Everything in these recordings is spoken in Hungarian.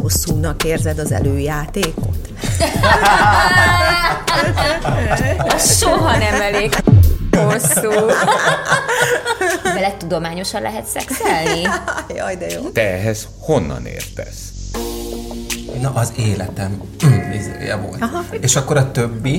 hosszúnak érzed az előjátékot? Soha nem elég hosszú. Vele tudományosan lehet szexelni? Jaj, de jó. Te ehhez honnan értesz? Na, az életem vizéje volt. Aha. És akkor a többi?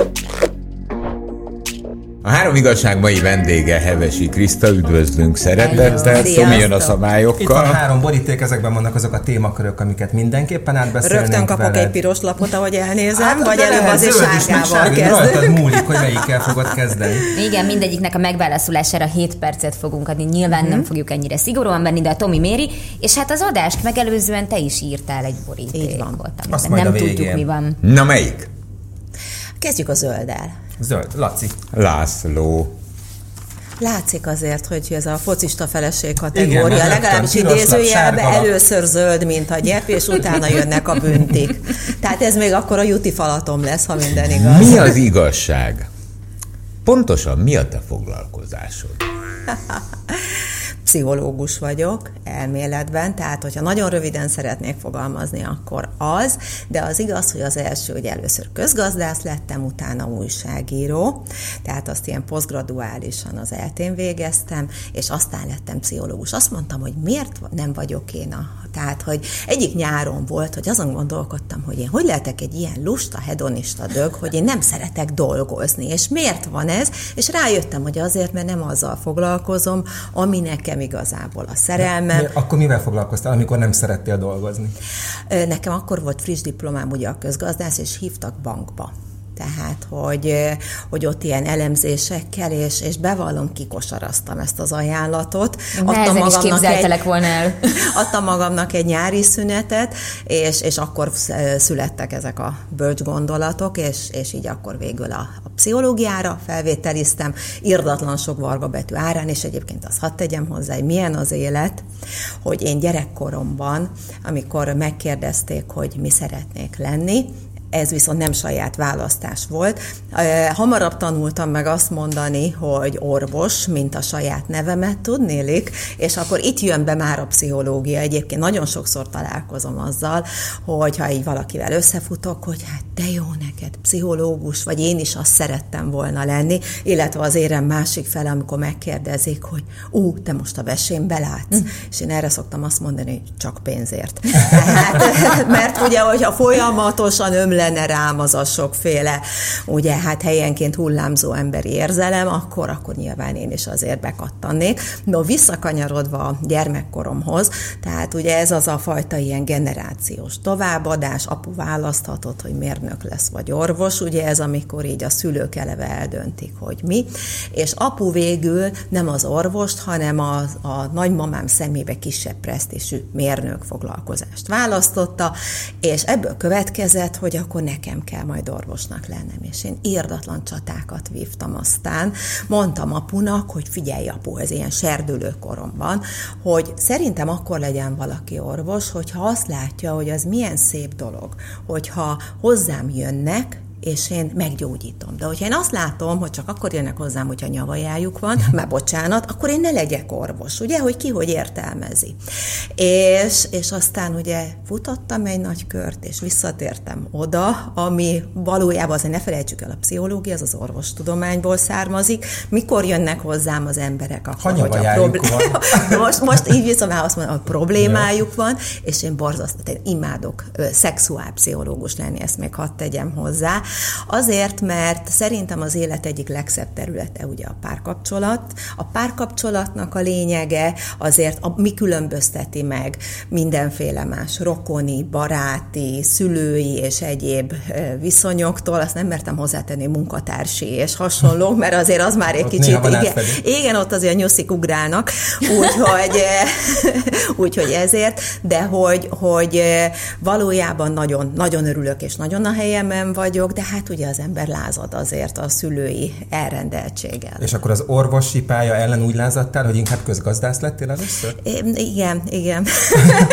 A Három igazság mai vendége Hevesi Kriszta, üdvözlünk szeretettel, Tomi jön a szabályokkal. Itt van 3 boríték, ezekben vannak azok a témakörök, amiket mindenképpen átbeszélnénk. Rögtön kapok veled. Egy piros lapot, ahogy elnézem, Hát, vagy előbb azért sárgával kezdünk. Rajtad múlik, hogy melyikkel fogod kezdeni. Igen, mindegyiknek a megválaszolására 7 percet fogunk adni. Nyilván nem fogjuk ennyire szigorúan venni, de a Tomi méri, és hát az adást megelőzően te is írtál egy borítékot, amiben nem tudjuk, mi van. Na, melyik? Kezdjük a zölddel. Zöld, Laci. László. Látszik azért, hogy ez a focista feleség kategória, igen, legalábbis idézőjelben először zöld, mint a gyep, és utána jönnek a büntik. Tehát ez még akkor a juti falatom lesz, ha minden igaz. Mi az igazság? Pontosan mi a te foglalkozásod? Pszichológus vagyok elméletben, tehát hogyha nagyon röviden szeretnék fogalmazni, akkor az, de az igaz, hogy az első, hogy először közgazdász lettem, utána újságíró, tehát azt ilyen posztgraduálisan az ELTE-n végeztem, és aztán lettem pszichológus. Azt mondtam, hogy miért nem vagyok én tehát, hogy egyik nyáron volt, hogy azon gondolkodtam, hogy én hogy lehetek egy ilyen lusta, hedonista dög, hogy én nem szeretek dolgozni, és miért van ez? És rájöttem, hogy azért, mert nem azzal foglalkozom, ami nekem igazából a szerelmem. Akkor mivel foglalkoztál, amikor nem szerettél dolgozni? Nekem akkor volt friss diplomám ugye a közgazdász, és hívtak bankba. Tehát, hogy ott ilyen elemzésekkel, és bevallom, kikosaraztam ezt az ajánlatot. Nehezen is képzeltelek volna el. Adtam magamnak egy nyári szünetet, és akkor születtek ezek a bölcs gondolatok, és így akkor végül a pszichológiára felvételiztem, irdatlan sok varga betű árán, és egyébként azt hadd tegyem hozzá, hogy milyen az élet, hogy én gyerekkoromban, amikor megkérdezték, hogy mi szeretnék lenni, ez viszont nem saját választás volt. Hamarabb tanultam meg azt mondani, hogy orvos, mint a saját nevemet, tudnélik, és akkor itt jön be már a pszichológia. Egyébként nagyon sokszor találkozom azzal, hogyha így valakivel összefutok, hogy hát de jó neked, pszichológus, vagy én is azt szerettem volna lenni, illetve az érem másik fele, amikor megkérdezik, hogy te most a vesémbe látsz? És én erre szoktam azt mondani, hogy csak pénzért. Tehát, mert ugye, hogyha folyamatosan lenne rám az a sokféle, ugye hát helyenként hullámzó emberi érzelem, akkor nyilván én is azért bekattannék. No, visszakanyarodva a gyermekkoromhoz, tehát ugye ez az a fajta ilyen generációs továbbadás, apu választhatott, hogy mérnök lesz vagy orvos, ugye ez amikor így a szülők eleve eldöntik, hogy mi, és apu végül nem az orvost, hanem a nagymamám szemébe kisebb presztízsű mérnök foglalkozást választotta, és ebből következett, hogy akkor nekem kell majd orvosnak lennem, és én irdatlan csatákat vívtam aztán. Mondtam apunak, hogy figyelj apu, ez ilyen serdülő koromban, hogy szerintem akkor legyen valaki orvos, hogyha azt látja, hogy az milyen szép dolog, hogyha hozzám jönnek, és én meggyógyítom. De hogyha én azt látom, hogy csak akkor jönnek hozzám, hogyha nyavajájuk van, már bocsánat, akkor én ne legyek orvos, ugye, hogy ki hogy értelmezi. És aztán ugye futottam egy nagy kört, és visszatértem oda, ami valójában azért ne felejtsük el, a pszichológia, az orvostudományból származik. Mikor jönnek hozzám az emberek, akkor hogy a most így viszont azt mondom, a problémájuk van, és én borzasztóan imádok szexuálpszichológus lenni, ezt még hadd tegyem hozzá. Azért, mert szerintem az élet egyik legszebb területe ugye a párkapcsolat. A párkapcsolatnak a lényege azért mi különbözteti meg mindenféle más rokoni, baráti, szülői és egyéb viszonyoktól. Azt nem mertem hozzátenni munkatársi és hasonlók, mert azért az már egy ott kicsit... Igen, ott azért a nyuszik ugrálnak, úgyhogy ezért, de hogy valójában nagyon, nagyon örülök és nagyon a helyemen vagyok, de hát ugye az ember lázad azért a szülői elrendeltséggel. És akkor az orvosi pálya ellen úgy lázadtál, hogy inkább közgazdász lettél először? Igen.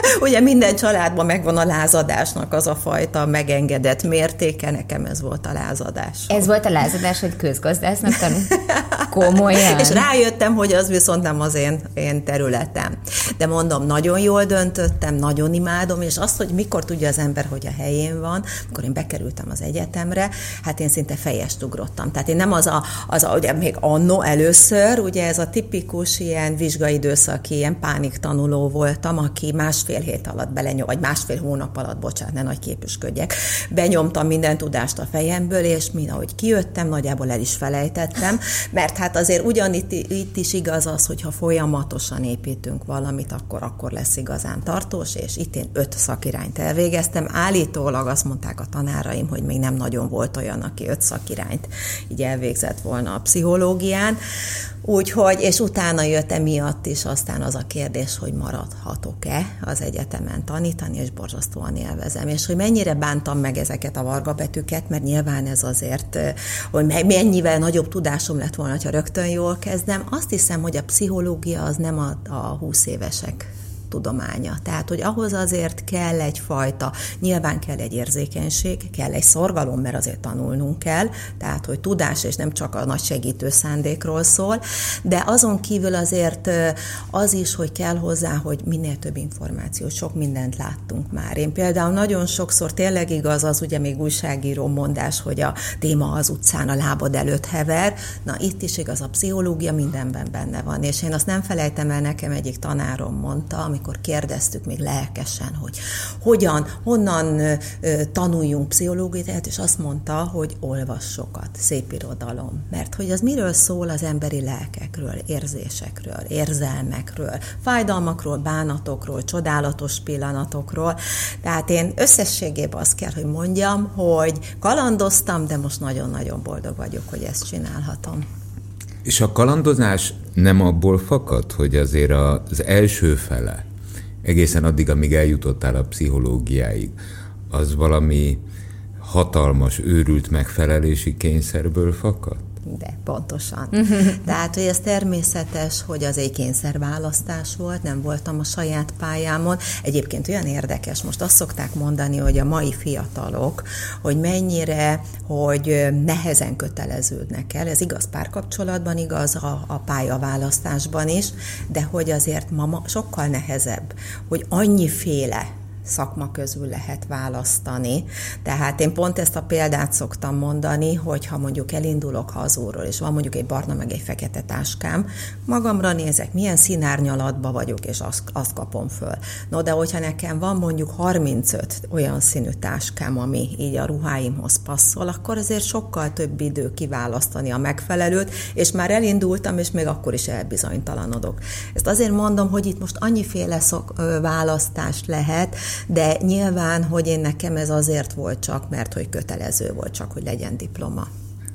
Ugye minden családban megvan a lázadásnak az a fajta megengedett mértéke, nekem ez volt a lázadás. Ez volt a lázadás, hogy közgazdásznak tanul? Komolyan? És rájöttem, hogy az viszont nem az én területem. De mondom, nagyon jól döntöttem, nagyon imádom, és azt, hogy mikor tudja az ember, hogy a helyén van, amikor én bekerültem az egyetemre, hát én szinte fejest ugrottam. Tehát én nem ugye még annó először, ugye ez a tipikus ilyen vizsgaidőszaki, ilyen pániktanuló voltam, aki másfél hét alatt vagy másfél hónap alatt, bocsánat, ne nagy képüsködjek, benyomtam minden tudást a fejemből, és ahogy kijöttem, nagyjából el is felejtettem, mert hát azért itt is igaz az, hogyha folyamatosan építünk valamit, akkor lesz igazán tartós, és itt én 5 szakirányt elvégeztem. Állítólag azt mondták a tanáraim, hogy még nem nagyon volt olyan, aki 5 szakirányt így elvégzett volna a pszichológián. Úgyhogy, és utána jött emiatt is aztán az a kérdés, hogy maradhatok-e az egyetemen tanítani, és borzasztóan élvezem. És hogy mennyire bántam meg ezeket a vargabetűket, mert nyilván ez azért, hogy mennyivel nagyobb tudásom lett volna, ha rögtön jól kezdem. Azt hiszem, hogy a pszichológia az nem a 20 évesek tudománya. Tehát, hogy ahhoz azért kell egyfajta, nyilván kell egy érzékenység, kell egy szorgalom, mert azért tanulnunk kell, tehát, hogy tudás, és nem csak a nagy segítő szándékról szól, de azon kívül azért az is, hogy kell hozzá, hogy minél több információ, sok mindent láttunk már. Én például nagyon sokszor tényleg igaz az, ugye még újságíró mondás, hogy a téma az utcán a lábad előtt hever, na itt is igaz, a pszichológia mindenben benne van, és én azt nem felejtem el, nekem egyik tanárom mondta, amikor kérdeztük még lelkesen, hogy honnan tanuljunk pszichológiát, és azt mondta, hogy olvass sokat, szép irodalom. Mert hogy az miről szól az emberi lelkekről, érzésekről, érzelmekről, fájdalmakról, bánatokról, csodálatos pillanatokról. Tehát én összességében azt kell, hogy mondjam, hogy kalandoztam, de most nagyon-nagyon boldog vagyok, hogy ezt csinálhatom. És a kalandozás nem abból fakad, hogy azért az első fele, egészen addig, amíg eljutottál a pszichológiáig, az valami hatalmas, őrült megfelelési kényszerből fakad? De pontosan. Tehát, hogy ez természetes, hogy az egy kényszerválasztás volt, nem voltam a saját pályámon. Egyébként olyan érdekes, most azt szokták mondani, hogy a mai fiatalok, hogy mennyire, hogy nehezen köteleződnek el. Ez igaz párkapcsolatban, igaz a pályaválasztásban is, de hogy azért ma sokkal nehezebb, hogy annyiféle szakma közül lehet választani. Tehát én pont ezt a példát szoktam mondani, hogy ha mondjuk elindulok hazulról, és van mondjuk egy barna meg egy fekete táskám, magamra nézek, milyen színárnyalatba vagyok, és azt kapom föl. No, de hogyha nekem van mondjuk 35 olyan színű táskám, ami így a ruháimhoz passzol, akkor azért sokkal több idő kiválasztani a megfelelőt, és már elindultam, és még akkor is elbizonytalanodok. Ezt azért mondom, hogy itt most annyiféle választást lehet, de nyilván, hogy nekem ez azért volt csak, mert hogy kötelező volt csak, hogy legyen diploma.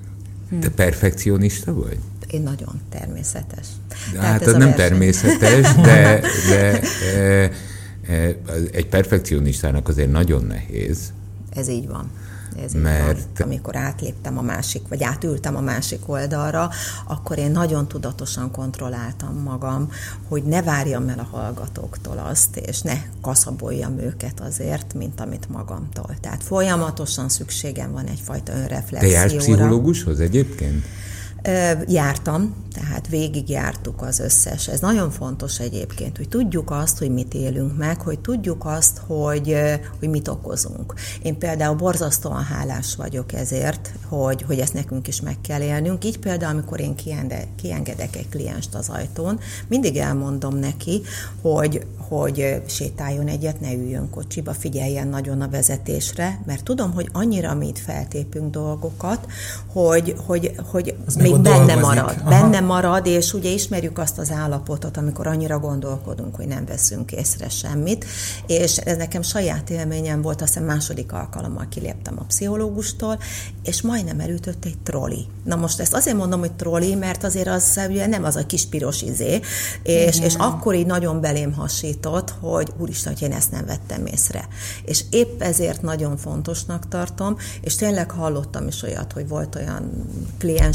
Te perfekcionista vagy? Én nagyon természetes. Hát ez nem természetes, de egy perfekcionistának azért nagyon nehéz. Ez így van. Mert amikor átléptem átültem a másik oldalra, akkor én nagyon tudatosan kontrolláltam magam, hogy ne várjam el a hallgatóktól azt, és ne kaszaboljam őket azért, mint amit magamtól. Tehát folyamatosan szükségem van egyfajta önreflexióra. Te jársz pszichológushoz egyébként? Jártam, tehát végigjártuk az összes. Ez nagyon fontos egyébként, hogy tudjuk azt, hogy mit élünk meg, hogy tudjuk azt, hogy mit okozunk. Én például borzasztóan hálás vagyok ezért, hogy ezt nekünk is meg kell élnünk. Így például, amikor én kiengedek egy klienst az ajtón, mindig elmondom neki, hogy sétáljon egyet, ne üljön kocsiba, figyeljen nagyon a vezetésre, mert tudom, hogy annyira mi itt feltépünk dolgokat, hogy még benne marad, és ugye ismerjük azt az állapotot, amikor annyira gondolkodunk, hogy nem veszünk észre semmit, és ez nekem saját élményem volt, aztán második alkalommal kiléptem a pszichológustól, és majdnem elütött egy troli. Na most ezt azért mondom, hogy troli, mert azért az ugye nem az a kis piros izé, és akkor így nagyon belém hasított, hogy úristen, hogy én ezt nem vettem észre. És épp ezért nagyon fontosnak tartom, és tényleg hallottam is olyat, hogy volt olyan kliensem, aki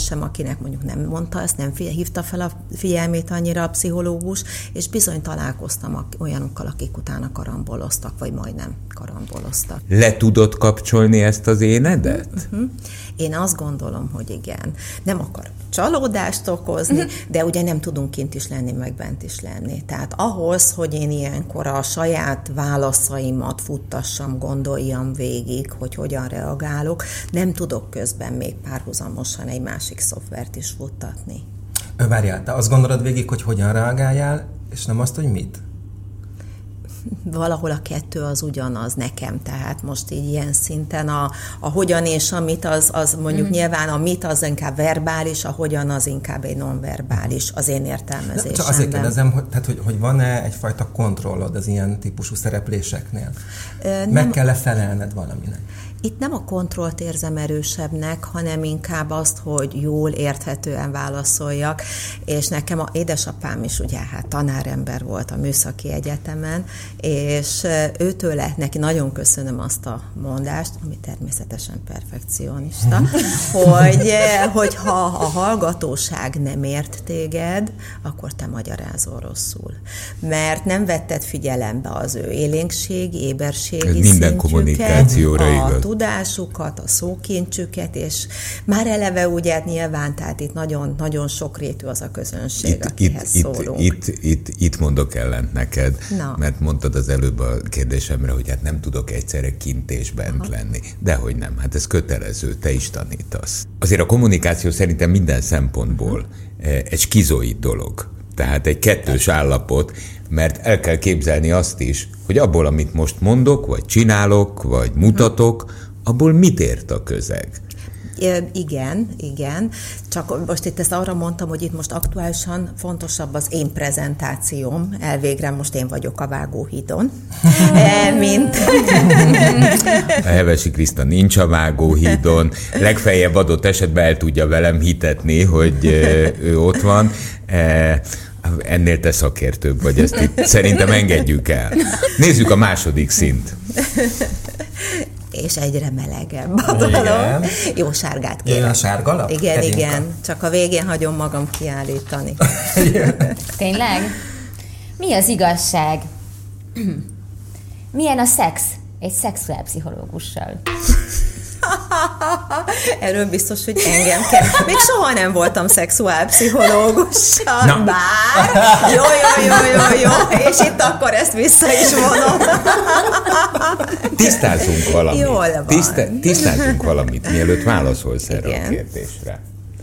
akinek mondjuk nem mondta ezt, nem hívta fel a figyelmét annyira a pszichológus, és bizony találkoztam olyanokkal, akik utána karamboloztak, vagy majdnem karamboloztak. Le tudod kapcsolni ezt az énedet? Én azt gondolom, hogy igen. Nem akar csalódást okozni, de ugye nem tudunk kint is lenni, meg bent is lenni. Tehát ahhoz, hogy én ilyenkor a saját válaszaimat futtassam, gondoljam végig, hogy hogyan reagálok, nem tudok közben még párhuzamosan egy másik szoftvert is futtatni. Várjál, te azt gondolod végig, hogy hogyan reagáljál, és nem azt, hogy mit? Valahol a kettő az ugyanaz nekem, tehát most így ilyen szinten a hogyan és a mit, az mondjuk nyilván a mit az inkább verbális, a hogyan az inkább egy nonverbális az én értelmezésemben. Csak azért kérdezem, hogy van-e egyfajta kontrollod az ilyen típusú szerepléseknél? Meg kell-e felelned valaminek? Itt nem a kontrollt érzem erősebbnek, hanem inkább azt, hogy jól, érthetően válaszoljak, és nekem a édesapám is ugye tanárember volt a Műszaki Egyetemen, és őtőle neki nagyon köszönöm azt a mondást, ami természetesen perfekcionista, hogy ha a hallgatóság nem ért téged, akkor te magyarázol rosszul. Mert nem vetted figyelembe az ő élénkségi, éberségi minden kommunikációra igaz. Tudásukat, a szókincsüket, és már eleve ugye nyilván, tehát itt nagyon, nagyon sokrétű az a közönség, akihez szólunk. Itt mondok ellent neked, mert mondtad az előbb a kérdésemre, hogy hát nem tudok egyszerre kint és bent lenni. Dehogy nem, hát ez kötelező, te is tanítasz. Azért a kommunikáció szerintem minden szempontból egy skizoid dolog. Tehát egy kettős állapot, mert el kell képzelni azt is, hogy abból, amit most mondok, vagy csinálok, vagy mutatok, abból mit ért a közeg? Igen. Csak most itt ezt arra mondtam, hogy itt most aktuálisan fontosabb az én prezentációm. Elvégre most én vagyok a vágóhídon. Mint... A Hevesi Kriszta nincs a vágóhídon. Legfeljebb adott esetben el tudja velem hitetni, hogy ő ott van. Ennél te szakértőbb vagy, ezt itt szerintem engedjük el. Nézzük a második szint. És egyre melegebb a dolog. Jó sárgát kérek. Jön a sárgalap? Igen. Csak a végén hagyom magam kiállítani. Tényleg? Mi az igazság? Milyen a szex egy szexuálpszichológussal? Erről biztos, hogy engem kell. Még soha nem voltam szexuálpszichológussal. Na. Bár. Jó. És itt akkor ezt vissza is vonom. Tisztázzunk valamit. Jól van. Tisztázzunk valamit, mielőtt válaszolsz erre a kérdésre.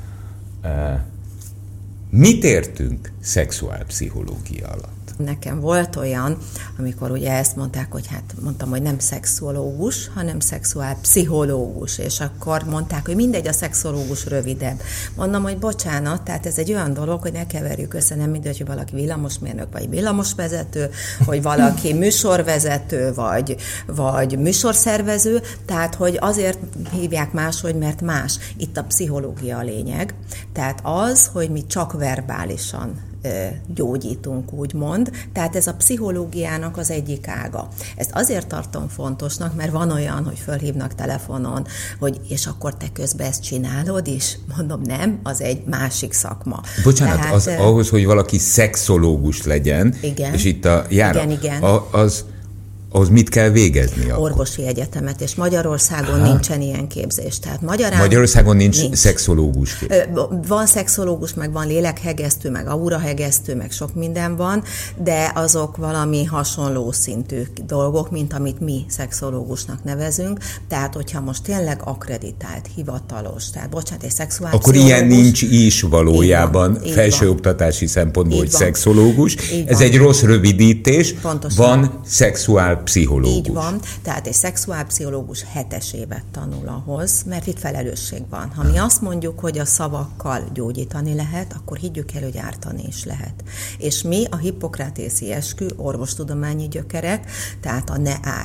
Mit értünk szexuálpszichológia alatt? Nekem volt olyan, amikor ugye ezt mondták, hogy mondtam, hogy nem szexuológus, hanem szexuálpszichológus, és akkor mondták, hogy mindegy, a szexológus rövidebb. Mondom, hogy bocsánat, tehát ez egy olyan dolog, hogy ne keverjük össze, nem mindegy, hogy valaki villamosmérnök, vagy villamosvezető, hogy valaki műsorvezető, vagy műsorszervező, tehát hogy azért hívják máshogy, mert más. Itt a pszichológia a lényeg, tehát az, hogy mi csak verbálisan gyógyítunk, úgymond. Tehát ez a pszichológiának az egyik ága. Ezt azért tartom fontosnak, mert van olyan, hogy fölhívnak telefonon, hogy és akkor te közben ezt csinálod is? Mondom, nem, az egy másik szakma. Bocsánat, tehát, ahhoz, hogy valaki szexológus legyen, igen, és itt a járat, igen. Ahhoz mit kell végezni akkor? Orvosi egyetemet, és Magyarországon nincsen ilyen képzés. Tehát Magyarországon nincs szexológus képzés. Van szexológus, meg van lélekhegesztő, meg aurahegesztő, meg sok minden van, de azok valami hasonló szintű dolgok, mint amit mi szexológusnak nevezünk. Tehát, hogyha most tényleg akreditált, hivatalos, tehát bocsánat, egy szexuálpszichológus... Akkor ilyen nincs is valójában felsőoktatási szempontból, hogy szexológus. Ez egy rossz rövidítés. Pontosan. Van szexuálpszichológus. Így van, tehát egy szexuálpszichológus 7 évet tanul ahhoz, mert itt felelősség van. Ha mi azt mondjuk, hogy a szavakkal gyógyítani lehet, akkor higgyük el, hogy ártani is lehet. És mi a hippokratészi eskü, orvostudományi gyökerek, tehát a ne árts,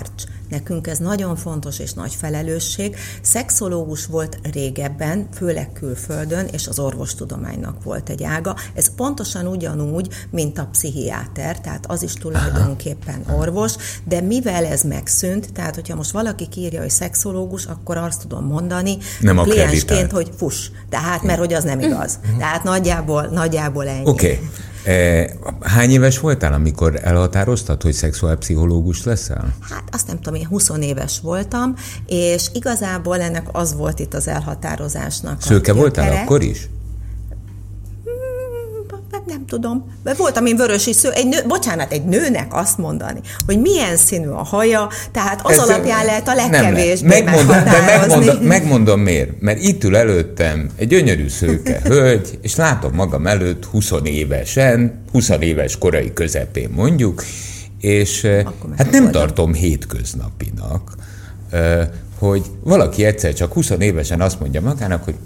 Nekünk ez nagyon fontos és nagy felelősség. Szexológus volt régebben, főleg külföldön, és az orvostudománynak volt egy ága. Ez pontosan ugyanúgy, mint a pszichiáter, tehát az is tulajdonképpen orvos, de mivel ez megszűnt, tehát hogyha most valaki írja, hogy szexológus, akkor azt tudom mondani kliensként, hogy fuss. Tehát, mert hogy az nem igaz. Tehát nagyjából ennyi. Oké. Hány éves voltál, amikor elhatároztad, hogy szexuálpszichológus leszel? Hát azt nem tudom, én 20 éves voltam, és igazából ennek az volt itt az elhatározásnak. Szőke voltál akkor is? Nem tudom. Voltam én vörös is egy nőnek azt mondani, hogy milyen színű a haja, tehát az alapján lehet a legkevésbé meghatározni. Megmondom miért. Mert itt ül előttem egy gyönyörű szőke hölgy, és látom magam előtt 20 éves korai közepén mondjuk, és hát nem tartom hétköznapinak, hogy valaki egyszer csak 20 évesen azt mondja magának, hogy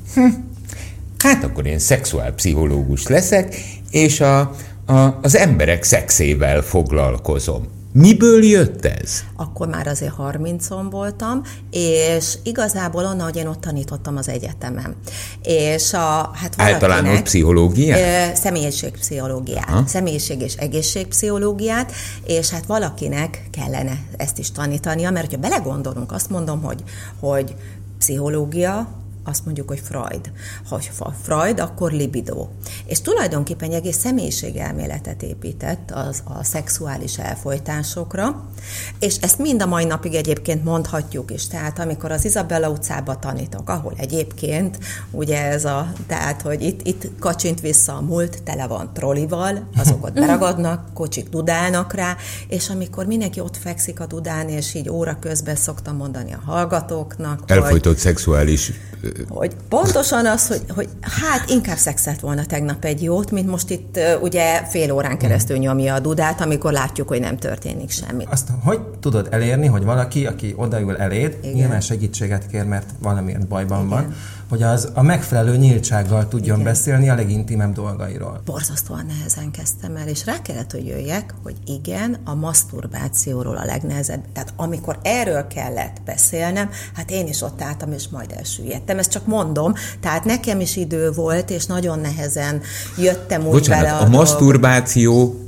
hát akkor én szexuálpszichológus leszek, és az emberek szexével foglalkozom. Miből jött ez? Akkor már azért 30-on voltam, és igazából onnan, hogy én ott tanítottam az egyetemen. És általános pszichológiát? Személyiségpszichológiát. Személyiség- és egészségpszichológiát, és hát valakinek kellene ezt is tanítania, mert hogyha belegondolunk, azt mondom, hogy pszichológia, azt mondjuk, hogy Freud. Ha Freud, akkor libido. És tulajdonképpen egy egész személyiségelméletet épített a szexuális elfojtásokra, és ezt mind a mai napig egyébként mondhatjuk is. Tehát amikor az Izabella utcába tanítok, ahol egyébként ugye tehát, hogy itt kacsint vissza a múlt, tele van trollival, azok ott beragadnak, kocsik dudálnak rá, és amikor mindenki ott fekszik a dudán, és így óra közben szoktam mondani a hallgatóknak, elfojtott szexuális hogy pontosan az, hogy hát inkább szexelt volna tegnap egy jót, mint most itt ugye fél órán keresztül nyomja a dudát, amikor látjuk, hogy nem történik semmi. Azt hogy tudod elérni, hogy valaki, aki odaül eléd, nyilván segítséget kér, mert valamilyen bajban van, hogy az a megfelelő nyíltsággal tudjon beszélni a legintimebb dolgairól. Borzasztóan nehezen kezdtem el, és rá kellett, hogy jöjjek, hogy igen, a maszturbációról a legnehezebb. Tehát amikor erről kellett beszélnem, hát én is ott álltam, és majd elsüllyedtem. Ezt csak mondom, tehát nekem is idő volt, és nagyon nehezen jöttem úgy bele a maszturbáció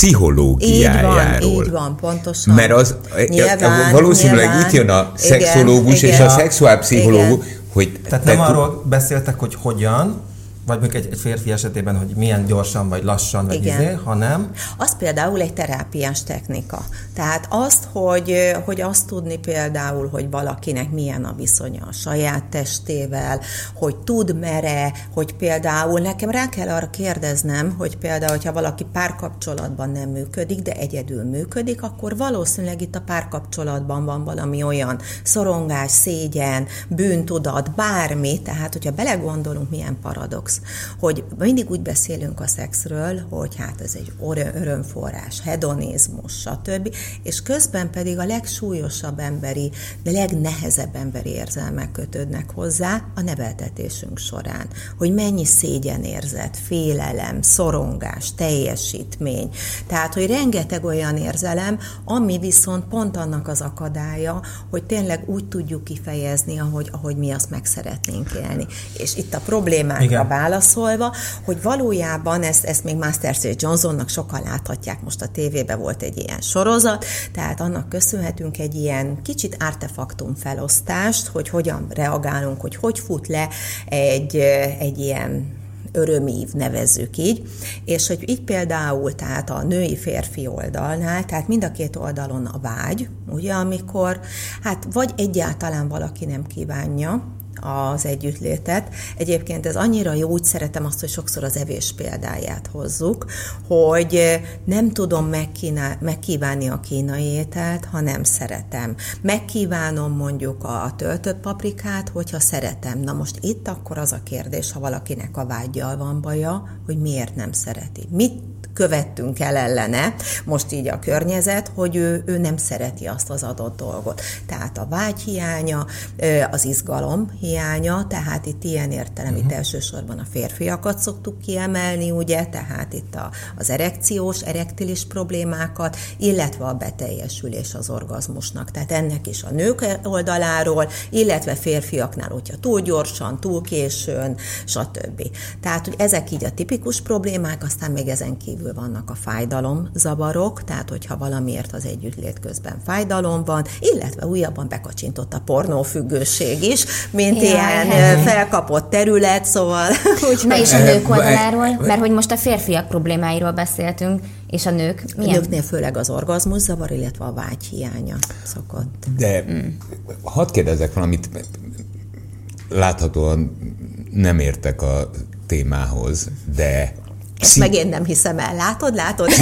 pszichológiájáról. Így van, pontosan. Mert az valószínűleg itt jön a szexológus és a szexuálpszichológus, hogy... Tehát nem arról beszéltek, hogy hogyan, vagy mondjuk egy férfi esetében, hogy milyen gyorsan, vagy lassan, vagy hanem... Az például egy terápiás technika. Tehát azt, hogy azt tudni például, hogy valakinek milyen a viszonya a saját testével, hogy tud mere, hogy például nekem rá kell arra kérdeznem, hogy például, hogyha valaki párkapcsolatban nem működik, de egyedül működik, akkor valószínűleg itt a párkapcsolatban van valami olyan szorongás, szégyen, bűntudat, bármi, tehát hogyha belegondolunk, milyen paradox, hogy mindig úgy beszélünk a szexről, hogy hát ez egy örömforrás, hedonizmus, stb. És közben pedig a legsúlyosabb emberi, de legnehezebb emberi érzelmek kötődnek hozzá a neveltetésünk során. Hogy mennyi szégyenérzet, félelem, szorongás, teljesítmény. Tehát, hogy rengeteg olyan érzelem, ami viszont pont annak az akadálya, hogy tényleg úgy tudjuk kifejezni, ahogy mi azt meg szeretnénk élni. És itt a problémákra válaszolva, hogy valójában ezt még Master C. Johnsonnak sokan láthatják, most a tévében volt egy ilyen sorozat, tehát annak köszönhetünk egy ilyen kicsit artefaktum felosztást, hogy hogyan reagálunk, hogy fut le egy ilyen örömív, nevezzük így, és hogy így például, tehát a női-férfi oldalnál, tehát mind a két oldalon a vágy, ugye, amikor hát vagy egyáltalán valaki nem kívánja az együttlétet. Egyébként ez annyira jó, úgy szeretem azt, hogy sokszor az evés példáját hozzuk, hogy nem tudom megkívánni a kínai ételt, ha nem szeretem. Megkívánom mondjuk a töltött paprikát, hogyha szeretem. Na most itt akkor az a kérdés, ha valakinek a vággyal van baja, hogy miért nem szereti. Mit követtünk el ellene, most így a környezet, hogy ő nem szereti azt az adott dolgot. Tehát a vágy hiánya, az izgalom hiánya, tehát itt ilyen értelem, itt elsősorban a férfiakat szoktuk kiemelni, ugye, tehát itt az erektilis problémákat, illetve a beteljesülés az orgazmusnak. Tehát ennek is a nők oldaláról, illetve férfiaknál, hogyha túl gyorsan, túl későn, stb. Tehát, hogy ezek így a tipikus problémák, aztán még ezen kívül vannak a fájdalomzavarok, tehát hogyha valamiért az együttlét közben fájdalom van, illetve újabban bekacsintott a pornófüggőség is, mint ilyen felkapott terület, szóval... Na és a nők oldaláról, mert hogy most a férfiak problémáiról beszéltünk, és a nők milyen? A nőknél főleg az orgazmuszavar, illetve a vágy hiánya szokott. De hadd kérdezzek valamit, láthatóan nem értek a témához, de... Ezt meg én nem hiszem el. Látod?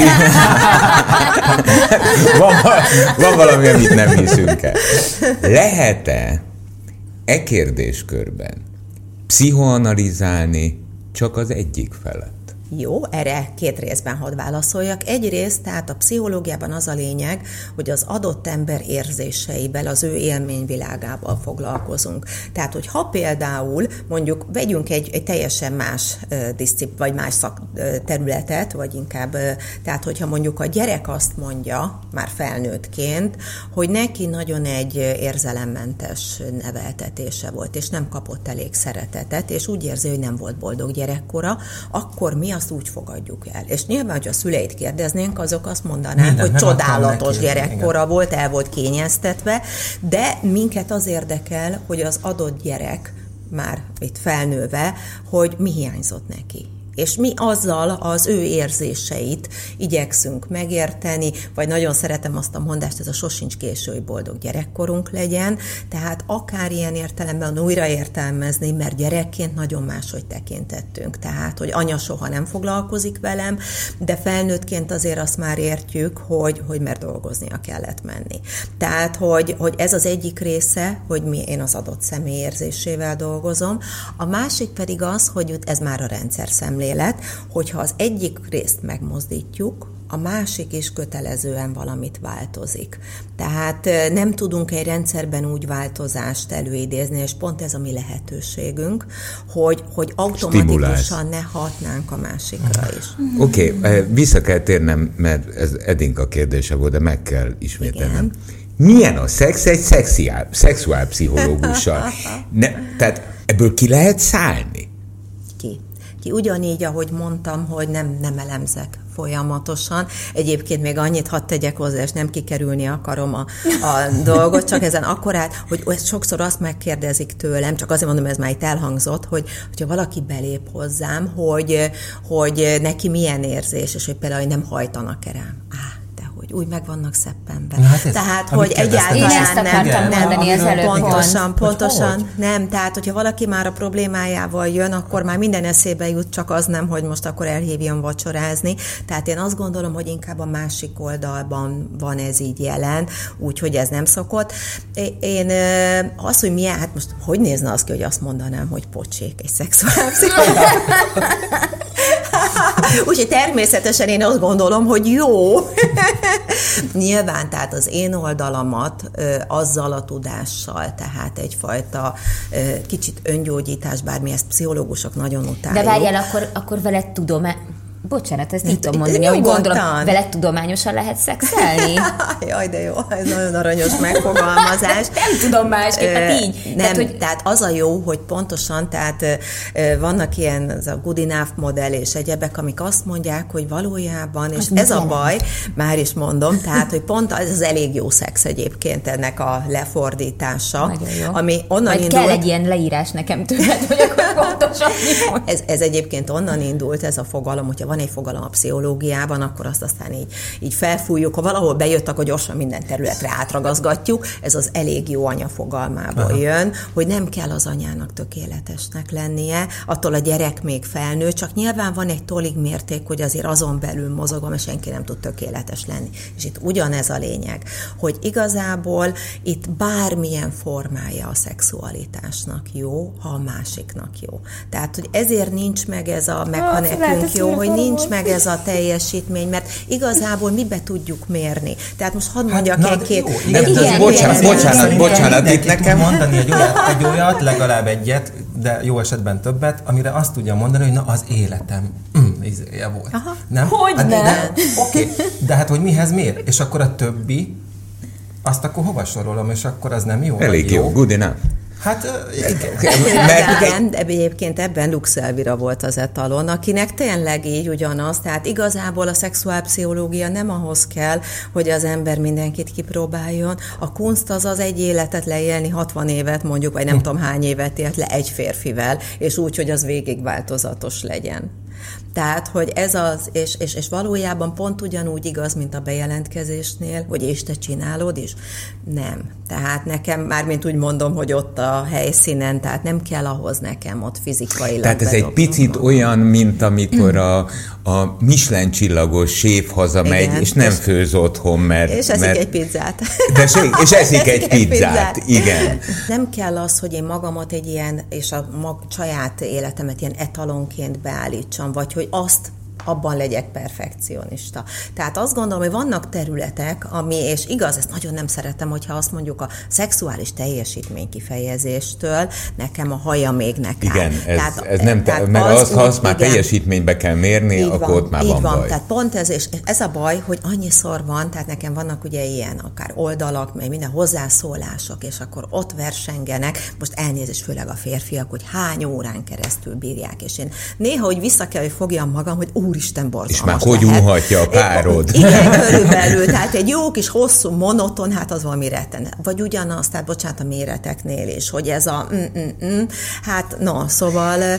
van valami, amit nem hiszünk el. Lehet-e kérdéskörben pszichoanalizálni csak az egyik felet? Jó, erre 2 részben hadd válaszoljak. Egyrészt, tehát a pszichológiában az a lényeg, hogy az adott ember érzéseivel, az ő élményvilágával foglalkozunk. Tehát, hogy ha például mondjuk vegyünk egy teljesen más vagy más szakterületet, vagy inkább, tehát hogyha mondjuk a gyerek azt mondja, már felnőttként, hogy neki nagyon egy érzelemmentes neveltetése volt, és nem kapott elég szeretetet, és úgy érzi, hogy nem volt boldog gyerekkora, akkor mi azt úgy fogadjuk el. És nyilván, hogyha a szüleit kérdeznénk, azok azt mondanák, hogy csodálatos gyerekkora volt, el volt kényeztetve, de minket az érdekel, hogy az adott gyerek már itt felnőve, hogy mi hiányzott neki. És mi azzal az ő érzéseit igyekszünk megérteni, vagy nagyon szeretem azt a mondást, ez a sosincs késő, hogy boldog gyerekkorunk legyen, tehát akár ilyen értelemben újra értelmezni, mert gyerekként nagyon máshogy tekintettünk. Tehát, hogy anya soha nem foglalkozik velem, de felnőttként azért azt már értjük, hogy mert dolgoznia kellett menni. Tehát, hogy ez az egyik része, hogy én az adott személy érzésével dolgozom, a másik pedig az, hogy ez már a rendszer szemlélet, hogyha az egyik részt megmozdítjuk, a másik is kötelezően valamit változik. Tehát nem tudunk egy rendszerben úgy változást előidézni, és pont ez a mi lehetőségünk, hogy automatikusan ne hatnánk a másikra is. Oké, vissza kell térnem, mert ez Edinka kérdése volt, de meg kell ismételnem. Milyen a szex egy szexuálpszichológussal? Tehát ebből ki lehet szállni? Ki ugyanígy, ahogy mondtam, hogy nem elemzek folyamatosan. Egyébként még annyit hadd tegyek hozzá, és nem kikerülni akarom a dolgot, csak ezen akkorát, hogy sokszor azt megkérdezik tőlem, csak azért mondom, ez már itt elhangzott, hogyha valaki belép hozzám, hogy neki milyen érzés, és hogy például nem hajtanak rám. Úgy meg vannak szeppenben. Tehát, hogy egyáltalán nem. Pontosan nem. Tehát, hogyha valaki már a problémájával jön, akkor már minden eszébe jut, csak az nem, hogy most akkor elhívjon vacsorázni. Tehát én azt gondolom, hogy inkább a másik oldalban van ez így jelen, úgyhogy ez nem szokott. Én az, hogy milyen, hát most hogy nézne az ki, hogy azt mondanám, hogy pocsék egy szexuálpszichológus. Úgyhogy természetesen én azt gondolom, hogy jó. Nyilván, tehát az én oldalamat azzal a tudással, tehát egyfajta kicsit öngyógyítás, bármi, ezt pszichológusok nagyon utáljuk. De várjál, akkor veled bocsánat, ezt így tudom mondani, hogy gondolom, veled tudományosan lehet szexelni? Jaj, de jó, ez nagyon aranyos megfogalmazás. Nem tudom másképp, hát így. Nem, tehát az a jó, hogy pontosan, tehát vannak ilyen, az a good enough modell és egyebek, amik azt mondják, hogy valójában, és ez a baj, már is mondom, tehát, hogy pont ez az elég jó szex egyébként ennek a lefordítása. Ami onnan indult, kell egy ilyen leírás nekem tőled, hogy akkor pontosan ez egyébként onnan indult, ez a fogalom, hogyha van egy fogalom a pszichológiában, akkor azt aztán így felfújjuk, ha valahol bejött, akkor gyorsan minden területre átragazgatjuk. Ez az elég jó anya fogalmából jön, hogy nem kell az anyának tökéletesnek lennie, attól a gyerek még felnő, csak nyilván van egy tolig mérték, hogy azért azon belül mozog, mert senki nem tud tökéletes lenni. És itt ugyanez a lényeg, hogy igazából itt bármilyen formája a szexualitásnak jó, ha a másiknak jó. Tehát, hogy ezért nincs meg ez a meg, ha nekünk jó, hogy nincs meg ez a teljesítmény, mert igazából mibe tudjuk mérni. Tehát most hadd mondjak egy-két... Bocsánat, itt nekem mondani egy olyat, legalább egyet, de jó esetben többet, amire azt tudja mondani, hogy na az életem izéje volt. Aha. Nem? Hogy hát, nem? Oké, de hát hogy mihez mér? És akkor a többi, azt akkor hova sorolom, és akkor az nem jó? Elég jó, good enough. Hát igen. De egyébként ebben Lux Elvira volt az etalon, akinek tényleg így ugyanaz, tehát igazából a szexuálpszichológia nem ahhoz kell, hogy az ember mindenkit kipróbáljon. A kunst az egy életet leélni, 60 évet mondjuk, vagy nem tudom hány évet élt le egy férfivel, és úgy, hogy az végig változatos legyen. Tehát, hogy ez az, és valójában pont ugyanúgy igaz, mint a bejelentkezésnél, hogy és te csinálod is? Nem. Tehát nekem, mármint úgy mondom, hogy ott a helyszínen, tehát nem kell ahhoz nekem ott fizikailag. Tehát ez egy picit olyan, mint amikor a Michelin csillagos séf hazamegy, igen, és nem főz otthon, mert... És eszik egy pizzát. És eszik egy pizzát, igen. Nem kell az, hogy én magamat egy ilyen, és a saját életemet ilyen etalonként beállítsam, vagy hogy azt abban legyek perfekcionista. Tehát azt gondolom, hogy vannak területek, ami, és igaz, ezt nagyon nem szeretem, hogyha azt mondjuk a szexuális teljesítmény kifejezéstől, nekem a haja még nekem. Igen, ez nem, mert ha azt már teljesítménybe kell mérni, akkor ott már van baj. Tehát pont ez, és ez a baj, hogy annyiszor van, tehát nekem vannak ugye ilyen akár oldalak, meg minden hozzászólások, és akkor ott versengenek, most elnézést, főleg a férfiak, hogy hány órán keresztül bírják, és én néha úgy vissza kell, hogy fogjam magam, hogy úristen, borzalmas. És már hogy unhatja a párod. Igen, körülbelül. Tehát egy jó kis hosszú, monoton, hát az valami retten. Vagy ugyanaz, tehát bocsánat, a méreteknél is, hogy ez a hát no, szóval...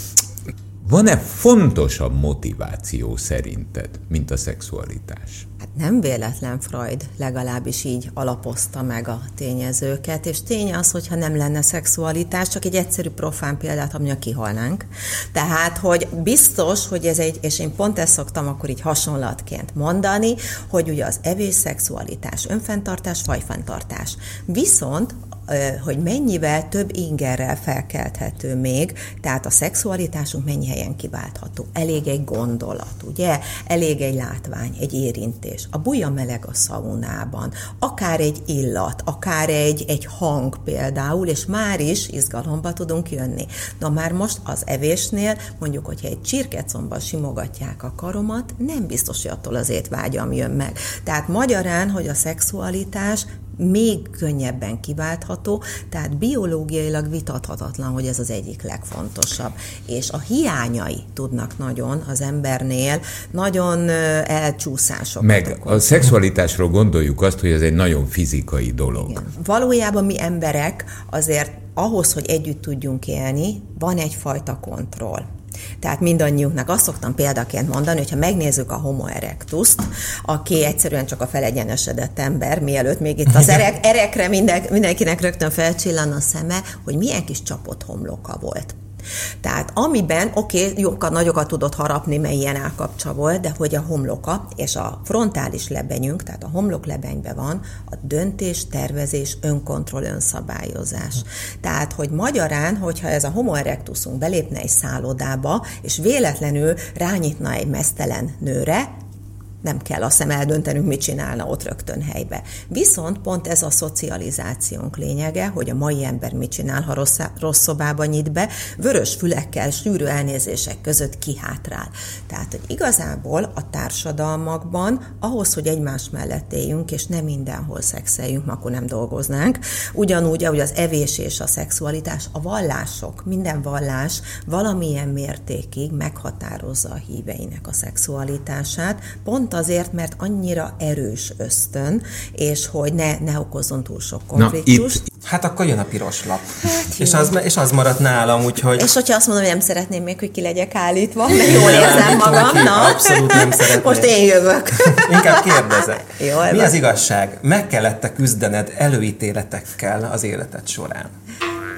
Van-e fontosabb motiváció szerinted, mint a szexualitás? Hát nem véletlen Freud legalábbis így alapozta meg a tényezőket, és tény az, hogyha nem lenne szexualitás, csak egy egyszerű profán példát, amilyen kihalnánk. Tehát, hogy biztos, hogy ez egy, és én pont ezt szoktam akkor így hasonlatként mondani, hogy ugye az evés, szexualitás, önfenntartás, fajfenntartás. Viszont hogy mennyivel több ingerrel felkelthető még, tehát a szexualitásunk mennyi helyen kiváltható. Elég egy gondolat, ugye? Elég egy látvány, egy érintés. A buja meleg a szaunában, akár egy illat, akár egy hang például, és már is izgalomba tudunk jönni. Na már most az evésnél, mondjuk, hogyha egy csirkecombbal simogatják a karomat, nem biztos, hogy attól az étvágyam jön meg. Tehát magyarán, hogy a szexualitás még könnyebben kiváltható, tehát biológiailag vitathatatlan, hogy ez az egyik legfontosabb. És a hiányai tudnak nagyon az embernél nagyon elcsúszásokat meg okozni. A szexualitásról gondoljuk azt, hogy ez egy nagyon fizikai dolog. Igen. Valójában mi emberek azért ahhoz, hogy együtt tudjunk élni, van egyfajta kontroll. Tehát mindannyiunknak azt szoktam példaként mondani, hogyha megnézzük a Homo erectust, aki egyszerűen csak a felegyenesedett ember, mielőtt még itt az erekre mindenkinek rögtön felcsillan a szeme, hogy milyen kis csapott homloka volt. Tehát amiben, jókat, nagyokat tudott harapni, mert ilyen állkapcsa volt, de hogy a homloka és a frontális lebenyünk, tehát a homloklebenyben van a döntés, tervezés, önkontroll, önszabályozás. Tehát, hogy magyarán, hogyha ez a Homo erectusunk belépne egy szállodába, és véletlenül rányitna egy meztelen nőre, nem kell azt hiszem eldöntenünk, mit csinálna ott rögtön helybe. Viszont pont ez a szocializációnk lényege, hogy a mai ember mit csinál, ha rossz szobába nyit be, vörös fülekkel, sűrű elnézések között kihátrál. Tehát, hogy igazából a társadalmakban ahhoz, hogy egymás mellett éljünk, és nem mindenhol szexeljünk, akkor nem dolgoznánk, ugyanúgy, ahogy az evés és a szexualitás, a vallások, minden vallás valamilyen mértékig meghatározza a híveinek a szexualitását, pont azért, mert annyira erős ösztön, és hogy ne okozzon túl sok konfliktust. Hát akkor jön a piros lap. Hát és az maradt nálam, úgyhogy... És hogyha azt mondom, hogy nem szeretném még, hogy ki legyek állítva, mert jól érzem magam, abszolút nem szeretném. Most én jövök. Inkább kérdezek. Jól Mi az igazság? Meg kellett küzdened előítéletekkel az életed során?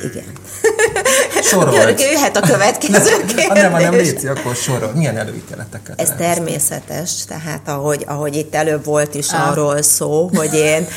Igen. Sorolt. Jöhet a következő kérdés. Nem léci, akkor sorol. Milyen előítéleteket? Ez természetes, tehát ahogy itt előbb volt is arról szó, hogy én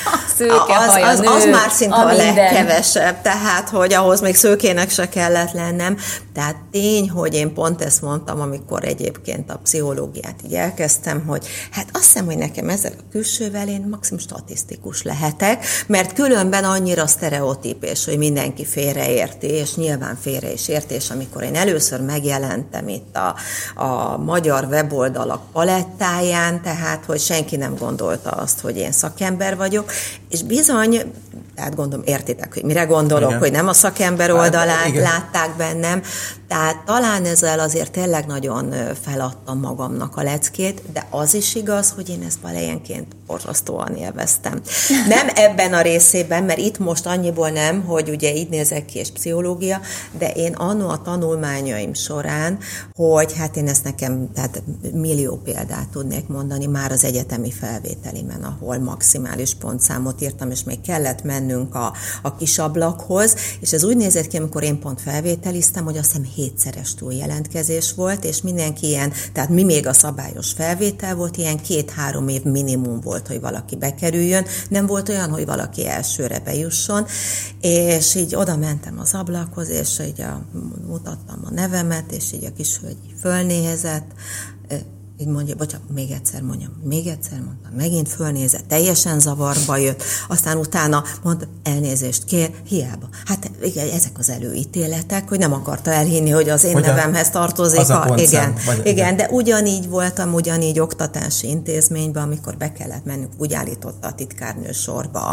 az már szinte a legkevesebb, tehát hogy ahhoz még szőkének se kellett lennem. Tehát tény, hogy én pont ezt mondtam, amikor egyébként a pszichológiát így elkezdtem, hogy hát azt hiszem, hogy nekem ezzel a külsővel én maximum statisztikus lehetek, mert különben annyira sztereotípés, hogy mindenki félreérti, és nyilván félre is érti, és amikor én először megjelentem itt a magyar weboldalak palettáján, tehát, hogy senki nem gondolta azt, hogy én szakember vagyok, és bizony, tehát gondolom értitek, hogy mire gondolok, igen. Hogy nem a szakember oldalát látták bennem, tehát talán ezzel azért tényleg nagyon feladtam magamnak a leckét, de az is igaz, hogy én ezt valajenként borzasztóan élveztem. Nem ebben a részében, mert itt most annyiból nem, hogy ugye így nézek ki, és pszichológia, de én anno a tanulmányaim során, hogy hát én ezt nekem, tehát millió példát tudnék mondani már az egyetemi felvételimen, ahol maximális pontszámot írtam, és még kellett mennünk a kis ablakhoz, és ez úgy nézett ki, amikor én pont felvételiztem, hogy azt hiszem 7-szeres túljelentkezés volt, és mindenki ilyen, tehát mi még a szabályos felvétel volt, ilyen 2-3 év minimum volt, hogy valaki bekerüljön, nem volt olyan, hogy valaki elsőre bejusson, és így oda mentem az ablakhoz, és így mutattam a nevemet, és így a kis hölgy fölnézett, így mondja, még egyszer mondtam, megint fölnézett, teljesen zavarba jött, aztán utána mondta, elnézést kér, hiába. Hát igen, ezek az előítéletek, hogy nem akarta elhinni, hogy az én nevemhez tartozik. Igen, de ugyanígy voltam, ugyanígy oktatási intézményben, amikor be kellett mennünk, úgy állította a titkárnő sorba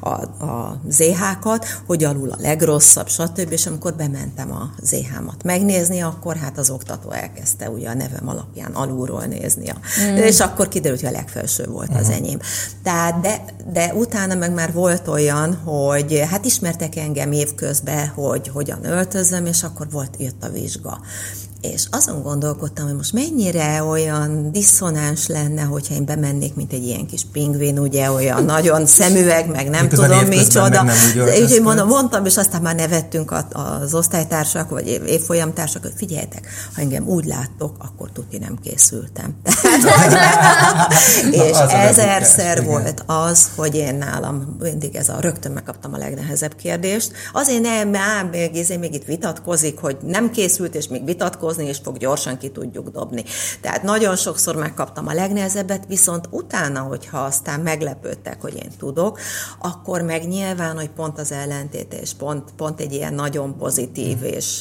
a ZH-kat, hogy alul a legrosszabb, stb. És amikor bementem a ZH-mat megnézni, akkor hát az oktató elkezdte ugye a nevem alapján alulról nézni. És akkor kiderült, hogy a legfelső volt az enyém. Tehát, de utána meg már volt olyan, hogy hát ismertek engem évközben, hogy hogyan öltözöm, és akkor jött a vizsga. És azon gondolkodtam, hogy most mennyire olyan diszonáns lenne, hogyha én bemennék, mint egy ilyen kis pingvin, ugye olyan nagyon szemüveg, meg nem tudom micsoda. Úgyhogy mondtam, és aztán már nevettünk az osztálytársak, vagy évfolyamtársak, hogy figyeljetek, ha engem úgy láttok, akkor tuti nem készültem. És ezerszer volt az, hogy én nálam mindig rögtön megkaptam a legnehezebb kérdést. Azért nem, még itt vitatkozik, hogy nem készült, és még vitatkozni, és fog gyorsan ki tudjuk dobni. Tehát nagyon sokszor megkaptam a legnehezebbet, viszont utána, hogyha aztán meglepődtek, hogy én tudok, akkor meg nyilván, hogy pont az ellentét, és pont egy ilyen nagyon pozitív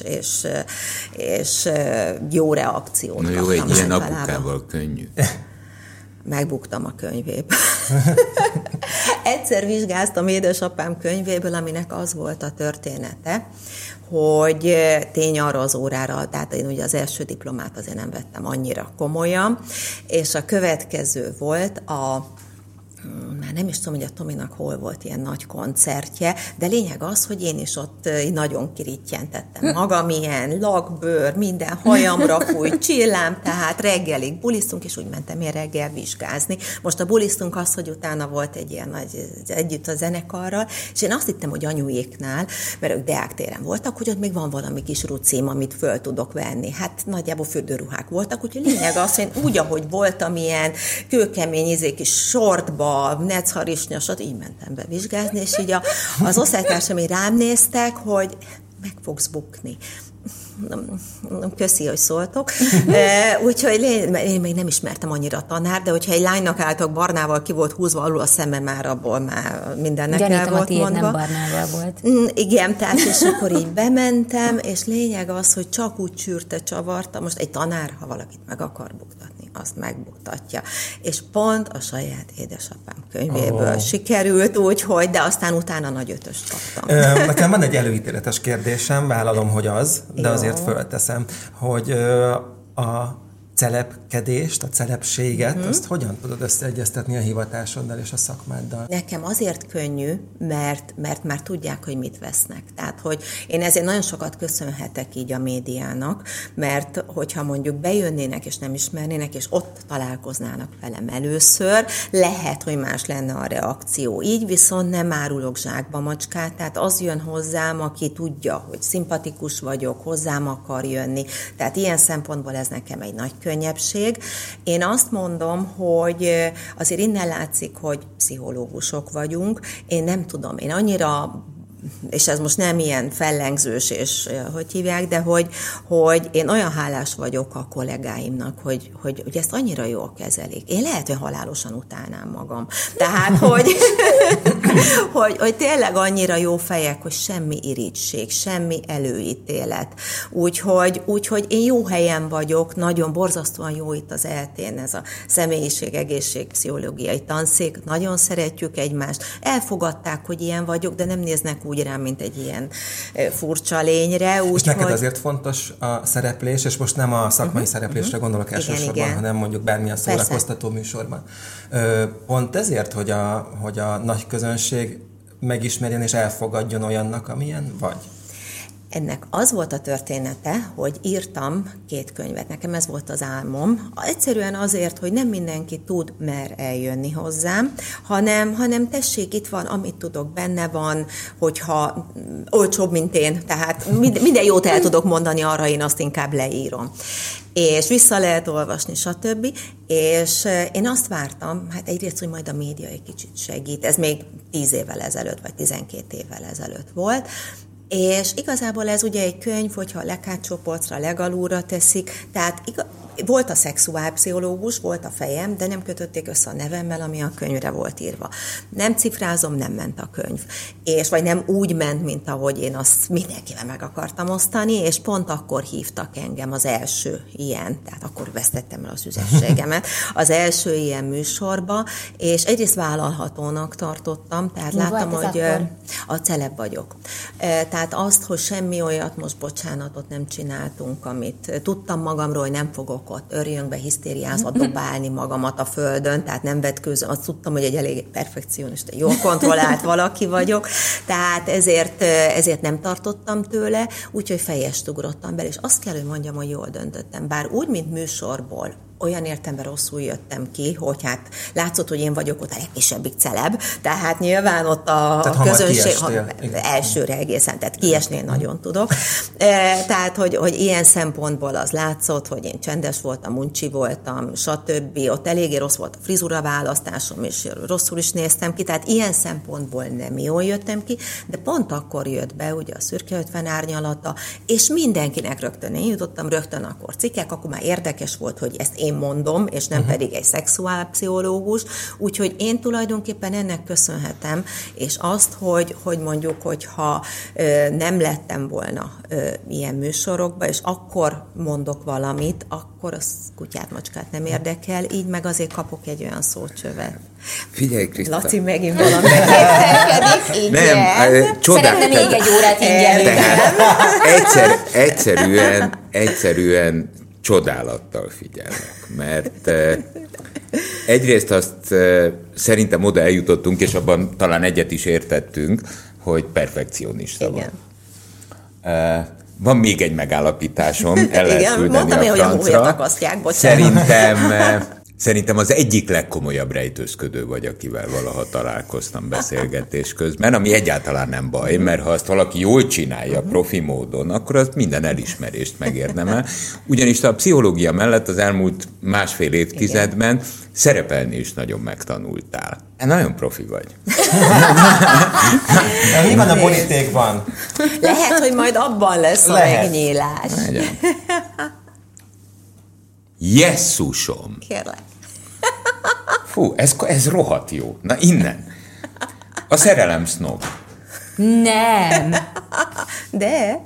és jó reakciót kaptam. Jó, egy ilyen apukával könnyű. Megbuktam a könyvébe. Egyszer vizsgáztam édesapám könyvéből, aminek az volt a története, hogy tény arra az órára, tehát én ugye az első diplomát azért nem vettem annyira komolyan, és a következő volt már nem is tudom, hogy a Tominak hol volt ilyen nagy koncertje, de lényeg az, hogy én is ott nagyon kirítjentettem magam, ilyen lakbőr, minden hajamra fújt, csillám, tehát reggelig bulisztunk, és úgy mentem én reggel vizsgázni. Most a bulisztunk az, hogy utána volt egy ilyen nagy együtt a zenekarral, és én azt hittem, hogy anyuéknál, mert ők Deák téren voltak, hogy ott még van valami kis rucím, amit föl tudok venni. Hát nagyjából fürdőruhák voltak, úgyhogy lényeg az, hogy úgy, ahogy voltam ilyen kőkemény kis sortba, necharisnyasat, így mentem be vizsgázni, és így az osztálytársam így rám néztek, hogy meg fogsz bukni. Köszi, hogy szóltok. Úgyhogy én még nem ismertem annyira a tanár, de hogyha egy lánynak álltak barnával, ki volt húzva alul a szeme, már abból már mindennek el volt mondva. Nem barnával volt. Igen, tehát és akkor így bementem, és lényeg az, hogy csak úgy csűrte, csavarta. Most egy tanár, ha valakit meg akar buktatni, azt megbuktatja. És pont a saját édesapám könyvéből sikerült, úgyhogy, de aztán utána nagy 5-öst kaptam. Nekem van egy előítéletes kérdésem, vállalom, hogy az, de azért fölteszem, hogy celebkedést, a celebséget, azt hogyan tudod összeegyeztetni a hivatásoddal és a szakmáddal? Nekem azért könnyű, mert már tudják, hogy mit vesznek. Tehát, hogy én ezért nagyon sokat köszönhetek így a médiának, mert hogyha mondjuk bejönnének és nem ismernének, és ott találkoznának velem először, lehet, hogy más lenne a reakció. Így viszont nem árulok zsákba macskát, tehát az jön hozzám, aki tudja, hogy szimpatikus vagyok, hozzám akar jönni. Tehát ilyen szempontból ez nekem egy nagy könnyebbség. Én azt mondom, hogy azért innen látszik, hogy pszichológusok vagyunk. Én nem tudom, én annyira, és ez most nem ilyen fellengzős, és hogy hívják, de hogy én olyan hálás vagyok a kollégáimnak, hogy ezt annyira jól kezelik. Én lehet, hogy halálosan utálnám magam. Tehát, hogy tényleg annyira jó fejek, hogy semmi irigység, semmi előítélet. Úgyhogy én jó helyen vagyok, nagyon borzasztóan jó itt az ELTE-n ez a személyiség-egészségpszichológiai tanszék, nagyon szeretjük egymást, elfogadták, hogy ilyen vagyok, de nem néznek úgy rám, mint egy ilyen furcsa lényre. És neked azért fontos a szereplés, és most nem a szakmai szereplésre gondolok elsősorban, hanem mondjuk bármilyen szórakoztató műsorban. Pont ezért, hogy a nagy közönség megismerjen és elfogadjon olyannak, amilyen vagy? Ennek az volt a története, hogy írtam 2 könyvet. Nekem ez volt az álmom. Egyszerűen azért, hogy nem mindenki tud, mer eljönni hozzám, hanem tessék, itt van, amit tudok, benne van, hogyha olcsóbb, mint én. Tehát minden jót el tudok mondani, arra én azt inkább leírom. És vissza lehet olvasni, stb. És én azt vártam, hát egyrészt, hogy majd a média egy kicsit segít. Ez még 10 évvel ezelőtt, vagy 12 évvel ezelőtt volt. És igazából ez ugye egy könyv, hogyha a leghátsó polcra, legalulra teszik, tehát volt a szexuálpszichológus, volt a fejem, de nem kötötték össze a nevemmel, ami a könyvre volt írva. Nem cifrázom, nem ment a könyv. Vagy nem úgy ment, mint ahogy én azt mindenkivel meg akartam osztani, és pont akkor hívtak engem az első ilyen, tehát akkor vesztettem el az üzességemet, az első ilyen műsorba, és egyrészt vállalhatónak tartottam, tehát láttam, hogy a celeb vagyok. Tehát azt, hogy semmi olyat, most bocsánatot nem csináltunk, amit tudtam magamról, hogy nem fogok ott örjönkbe, hisztériázva dobálni magamat a földön, tehát nem vetkőzöm, azt tudtam, hogy egy elég perfekcionista, jól kontrollált valaki vagyok, tehát ezért nem tartottam tőle, úgyhogy fejest ugrottam bele, és azt kell, hogy mondjam, hogy jól döntöttem, bár úgy, mint műsorból, olyan értelemben rosszul jöttem ki, hogy hát látszott, hogy én vagyok ott a legkisebbik celeb, tehát nyilván ott a közönség elsőre egészen, tehát kiesni nagyon tudok. Tehát, hogy ilyen szempontból az látszott, hogy én csendes voltam, uncsi voltam, stb. Ott eléggé rossz volt a frizura választásom, és rosszul is néztem ki, tehát ilyen szempontból nem jól jöttem ki, de pont akkor jött be ugye a Szürke 50 árnyalata, és mindenkinek rögtön én jutottam, rögtön akkor cikkek, akkor már érdekes volt, hogy ezt én mondom, és nem pedig egy szexuálpszichológus, úgyhogy én tulajdonképpen ennek köszönhetem, és azt, hogy mondjuk, hogyha nem lettem volna ilyen műsorokba, és akkor mondok valamit, akkor az kutyát, macskát nem érdekel, így meg azért kapok egy olyan szócsövet. Figyelj, Kriszta. Laci megint valamit képzelkedik. Nem, szeretne még egy órát ingyen. Egyszerűen csodálattal figyelnek, mert egyrészt azt szerintem oda eljutottunk, és abban talán egyet is értettünk, hogy perfekcionista van. Van még egy megállapításom, el lehet küldeni a francra. Szerintem az egyik legkomolyabb rejtőzködő vagy, akivel valaha találkoztam beszélgetés közben, ami egyáltalán nem baj, mert ha azt valaki jól csinálja profi módon, akkor az minden elismerést megérdemel. Ugyanis a pszichológia mellett az elmúlt 1,5 évtizedben szerepelni is nagyon megtanultál. Nagyon profi vagy. Mi van a borítékban? Lehet, hogy majd abban lesz a megnyílás. Jesszusom! Kérlek. Fú, ez rohadt jó. Na innen. A szerelem sznob. Nem. De.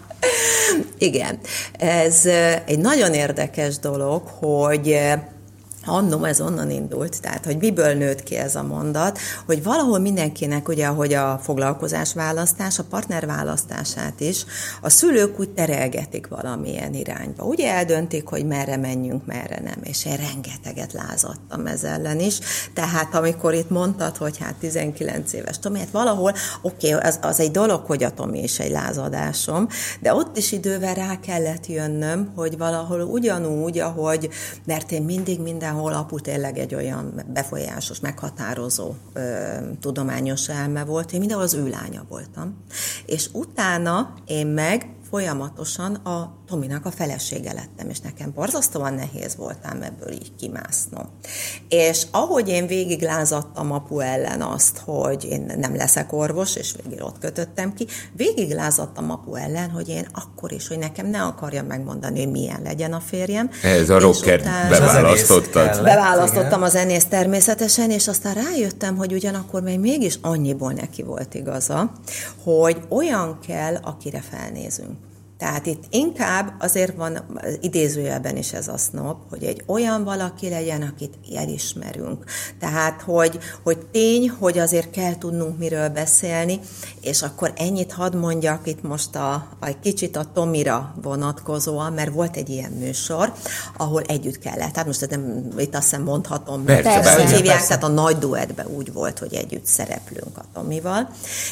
Igen. Ez egy nagyon érdekes dolog, hogy Annó ez onnan indult, tehát hogy miből nőtt ki ez a mondat, hogy valahol mindenkinek ugye, ahogy a foglalkozás választás, a partner választását is, a szülők úgy terelgetik valamilyen irányba. Ugye eldöntik, hogy merre menjünk, merre nem, és én rengeteget lázadtam ez ellen is. Tehát amikor itt mondtad, hogy hát 19 éves Tomi, hát valahol, oké, az egy dolog, hogy a Tomi is egy lázadásom, de ott is idővel rá kellett jönnöm, hogy valahol ugyanúgy, ahogy, mert én mindig mindenhol apu tényleg egy olyan befolyásos, meghatározó tudományos elme volt, én mindenhol az ő lánya voltam. És utána én meg folyamatosan a Tominak a felesége lettem, és nekem borzasztóan nehéz voltam ebből így kimásznom. És ahogy én végig lázadtam apu ellen azt, hogy én nem leszek orvos, és végig ott kötöttem ki, végig lázadtam apu ellen, hogy én akkor is, hogy nekem ne akarja megmondani, hogy milyen legyen a férjem. Ez a rockert beválasztottad. Beválasztottam a zenészt természetesen, és aztán rájöttem, hogy ugyanakkor még mégis annyiból neki volt igaza, hogy olyan kell, akire felnézünk. Tehát itt inkább azért van idézőjelben is ez a sznob, hogy egy olyan valaki legyen, akit elismerünk. Tehát, hogy tény, hogy azért kell tudnunk miről beszélni, és akkor ennyit hadd mondjak itt most egy kicsit a Tomira vonatkozóan, mert volt egy ilyen műsor, ahol együtt kellett. Tehát most itt azt hiszem mondhatom, hogy hívják, tehát a nagy duettben úgy volt, hogy együtt szereplünk a Tomival,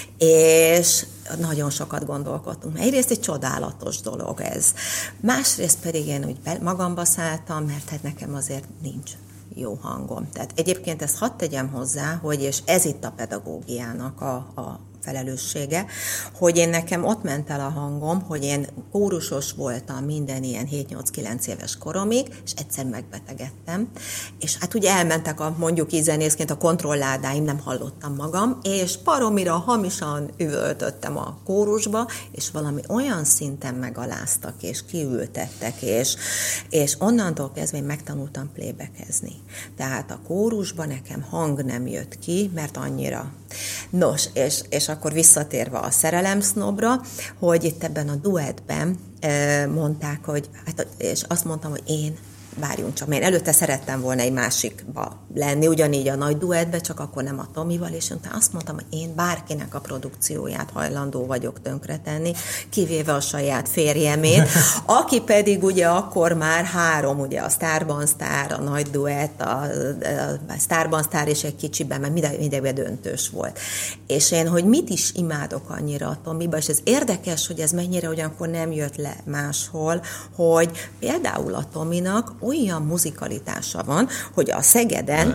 és nagyon sokat gondolkodtunk. Egyrészt egy csodálatos dolog ez. Másrészt pedig én úgy magamba szálltam, mert hát nekem azért nincs jó hangom. Tehát egyébként ezt hadd tegyem hozzá, hogy és ez itt a pedagógiának a felelőssége, hogy én nekem ott ment el a hangom, hogy én kórusos voltam minden ilyen 7-8-9 éves koromig, és egyszer megbetegedtem, és hát ugye elmentek mondjuk így zenészként a kontrolládáim, nem hallottam magam, és paromira hamisan üvöltöttem a kórusba, és valami olyan szinten megaláztak, és kiültettek, és onnantól kezdve én megtanultam playback-ezni. Tehát a kórusba nekem hang nem jött ki, mert annyira. Nos, és akkor visszatérve a szerelemsznobra, hogy itt ebben a duettben mondták, hogy, hát, és azt mondtam, hogy várjunk csak, mert előtte szerettem volna egy másikba lenni, ugyanígy a nagy duettbe, csak akkor nem a Tomival, és utána azt mondtam, hogy én bárkinek a produkcióját hajlandó vagyok tönkretenni, kivéve a saját férjemét, aki pedig ugye akkor már 3, ugye a Sztárban Sztár, a nagy duett, a Sztárban Sztár és egy kicsiben, mert mindenben döntős volt. És én, hogy mit is imádok annyira a Tomiba, és ez érdekes, hogy ez mennyire ugyanakkor nem jött le máshol, hogy például a Tominak olyan muzikalitása van, hogy a Szegeden,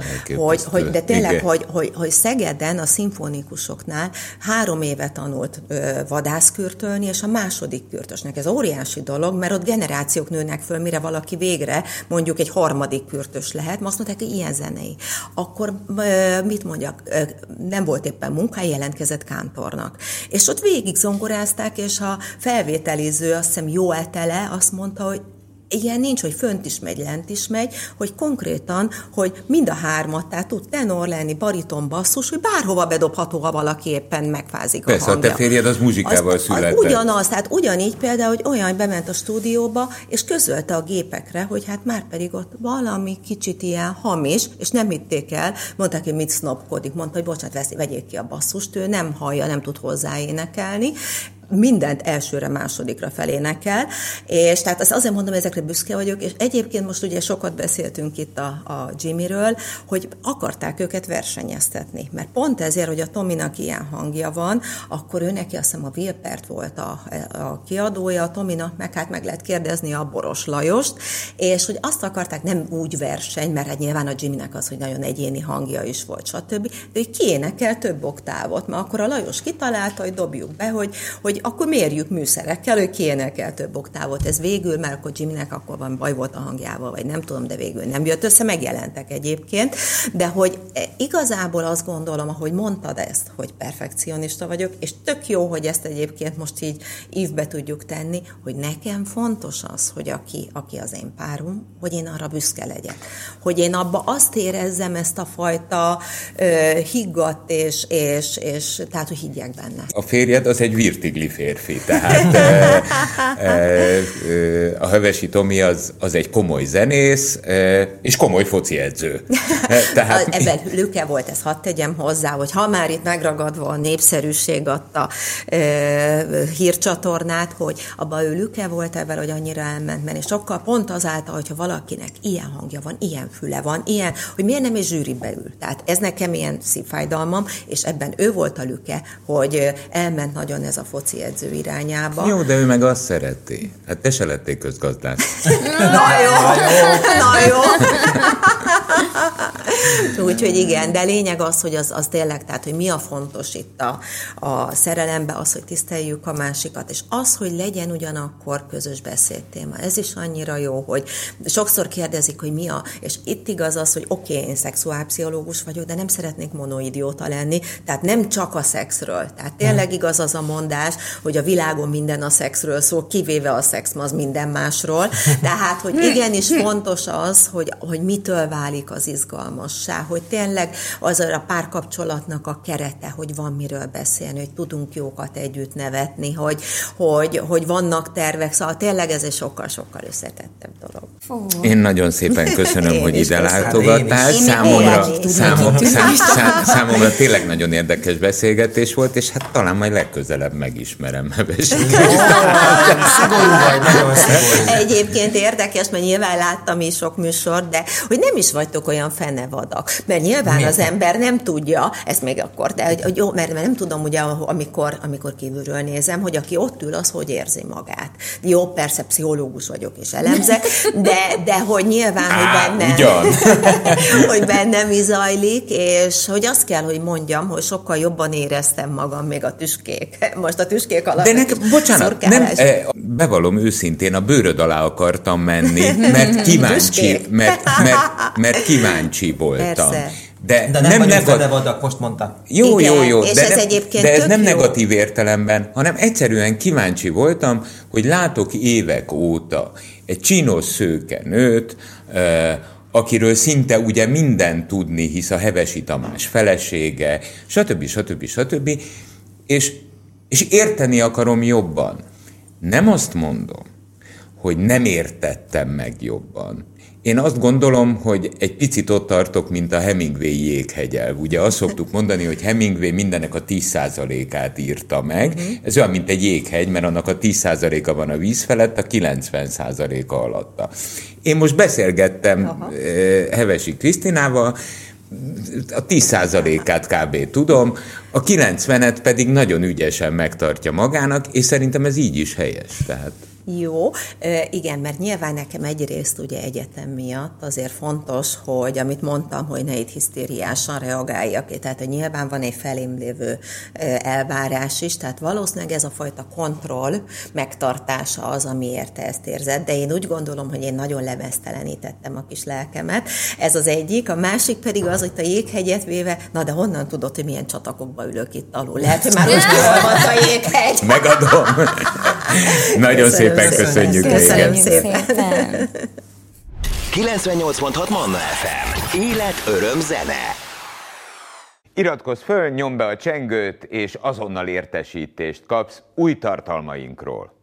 de tényleg, hogy Szegeden a szimfonikusoknál 3 éve tanult vadászkürtölni, és a második kürtösnek. Ez óriási dolog, mert ott generációk nőnek föl, mire valaki végre mondjuk egy 3. kürtös lehet, azt mondták, hogy ilyen zenei. Akkor mit mondjak, nem volt éppen munkája, jelentkezett kántornak. És ott végig zongorázták, és a felvételiző, azt hiszem Jó Etele azt mondta, hogy ilyen nincs, hogy fönt is megy, lent is megy, hogy konkrétan, hogy mind a 3, tehát tud tenor lenni, bariton, basszus, hogy bárhova bedobható, ha valaki éppen megfázik persze, a hangja. Persze, a te férjed az muzsikával született. Ugyanaz, tehát ugyanígy például, hogy olyan bement a stúdióba, és közölte a gépekre, hogy hát már pedig ott valami kicsit ilyen hamis, és nem hitték el, mondták, hogy mit sznobkodik, mondta, hogy bocsánat, vegyék ki a basszust, ő nem hallja, nem tud hozzá énekelni, mindent elsőre, másodikra felénekel, és tehát azért mondom, ezekre büszke vagyok, és egyébként most ugye sokat beszéltünk itt a Jimmyről, hogy akarták őket versenyeztetni, mert pont ezért, hogy a Tominak ilyen hangja van, akkor ő neki azt hiszem a Wilpert volt a kiadója, a Tominak meg lehet kérdezni a Boros Lajost, és hogy azt akarták, nem úgy verseny, mert hát nyilván a Jimmynek az, hogy nagyon egyéni hangja is volt, stb., de hogy kiénekel több oktávot, mert akkor a Lajos kitalálta, hogy dobjuk be, hogy akkor mérjük műszerekkel, hogy kiénekel több oktávot. Ez végül, mert akkor Jimmynek akkor van baj volt a hangjával, vagy nem tudom, de végül nem jött össze, megjelentek egyébként, de hogy igazából azt gondolom, ahogy mondtad ezt, hogy perfekcionista vagyok, és tök jó, hogy ezt egyébként most így ívbe tudjuk tenni, hogy nekem fontos az, hogy aki az én párom, hogy én arra büszke legyek. Hogy én abba azt érezzem ezt a fajta higgadt, és tehát, hogy higgyek benne. A férjed az egy virtigli téli férfi, tehát a Hevesi Tomi az egy komoly zenész, és komoly foci edző. Tehát... Ebben lüke volt, ezt hadd tegyem hozzá, hogy ha már itt megragadva a népszerűség adta hírcsatornát, hogy abban ő lüke volt ebben, hogy annyira elment menni. Sokkal pont azáltal, hogyha valakinek ilyen hangja van, ilyen füle van, ilyen, hogy miért nem egy zsűribe ül. Tehát ez nekem ilyen szívfájdalmam, és ebben ő volt a lüke, hogy elment nagyon ez a foci edző irányába. Jó, de ő meg azt szereti. Hát te se lettél közgazdász. Na jó. Úgyhogy igen, de lényeg az, hogy az tényleg, tehát, hogy mi a fontos itt a szerelemben, az, hogy tiszteljük a másikat, és az, hogy legyen ugyanakkor közös beszédtéma. Ez is annyira jó, hogy sokszor kérdezik, hogy mi és itt igaz az, hogy oké, én szexuálpszichológus vagyok, de nem szeretnék monoidióta lenni, tehát nem csak a szexről. Tehát tényleg igaz az a mondás, hogy a világon minden a szexről szól, kivéve a szex, az minden másról. Tehát, hogy igenis fontos az, hogy mitől válik az izgalmassá, hogy tényleg az a párkapcsolatnak a kerete, hogy van miről beszélni, hogy tudunk jókat együtt nevetni, hogy vannak tervek, szóval tényleg ez egy sokkal-sokkal összetettebb dolog. Én nagyon szépen köszönöm, hogy ide látogattál. Számomra tényleg nagyon érdekes beszélgetés volt, és hát talán majd legközelebb megismerem Hevesi. Egyébként érdekes, mert nyilván láttam is sok műsort, de hogy nem is vagytok olyan fenevadak. Mert nyilván az ember nem tudja, ezt még akkor, de jó, mert nem tudom, ugye, amikor kívülről nézem, hogy aki ott ül, az hogy érzi magát. Jó, persze pszichológus vagyok és elemzek, de hogy nyilván, hogy bennem is zajlik, és hogy azt kell, hogy mondjam, hogy sokkal jobban éreztem magam még a tüskék. Most a tüskék alatt. De bocsánat, bevallom őszintén, a bőröd alá akartam menni, mert kíváncsi, mert kíváncsi voltam. Persze. De nem fenevadak, most mondta. Jó, és de ez nem negatív értelemben, hanem egyszerűen kíváncsi voltam, hogy látok évek óta egy csinos szőke nőt, akiről szinte ugye mindent tudni, hisz a Hevesi Tamás felesége, stb. És érteni akarom jobban. Nem azt mondom, hogy nem értettem meg jobban. Én azt gondolom, hogy egy picit ott tartok, mint a Hemingway jéghegyel. Ugye azt szoktuk mondani, hogy Hemingway mindennek a 10%-át írta meg. Ez olyan, mint egy jéghegy, mert annak a 10%-a van a víz felett, a 90%-a alatta. Én most beszélgettem Hevesi Krisztinával, a 10%-át kb. Tudom, a 90-et pedig nagyon ügyesen megtartja magának, és szerintem ez így is helyes. Tehát... Jó, igen, mert nyilván nekem egyrészt ugye egyetem miatt azért fontos, hogy amit mondtam, hogy ne itt hisztériásan reagáljak, tehát hogy nyilván van egy felém lévő elvárás is, tehát valószínűleg ez a fajta kontroll megtartása az, amiért te ezt érzed, de én úgy gondolom, hogy én nagyon lemeztelenítettem a kis lelkemet. Ez az egyik, a másik pedig az, hogy a jéghegyet véve, na de honnan tudod, hogy milyen csatakokba ülök itt alul? Lehet, hogy már úgy kiolvadt a jéghegy. Megadom. Nagyon szépen köszönjük. Köszönöm szépen. 98.6 Manna FM. Élet, öröm, zene. Iratkozz föl, nyomd be a csengőt, és azonnal értesítést kapsz új tartalmainkról.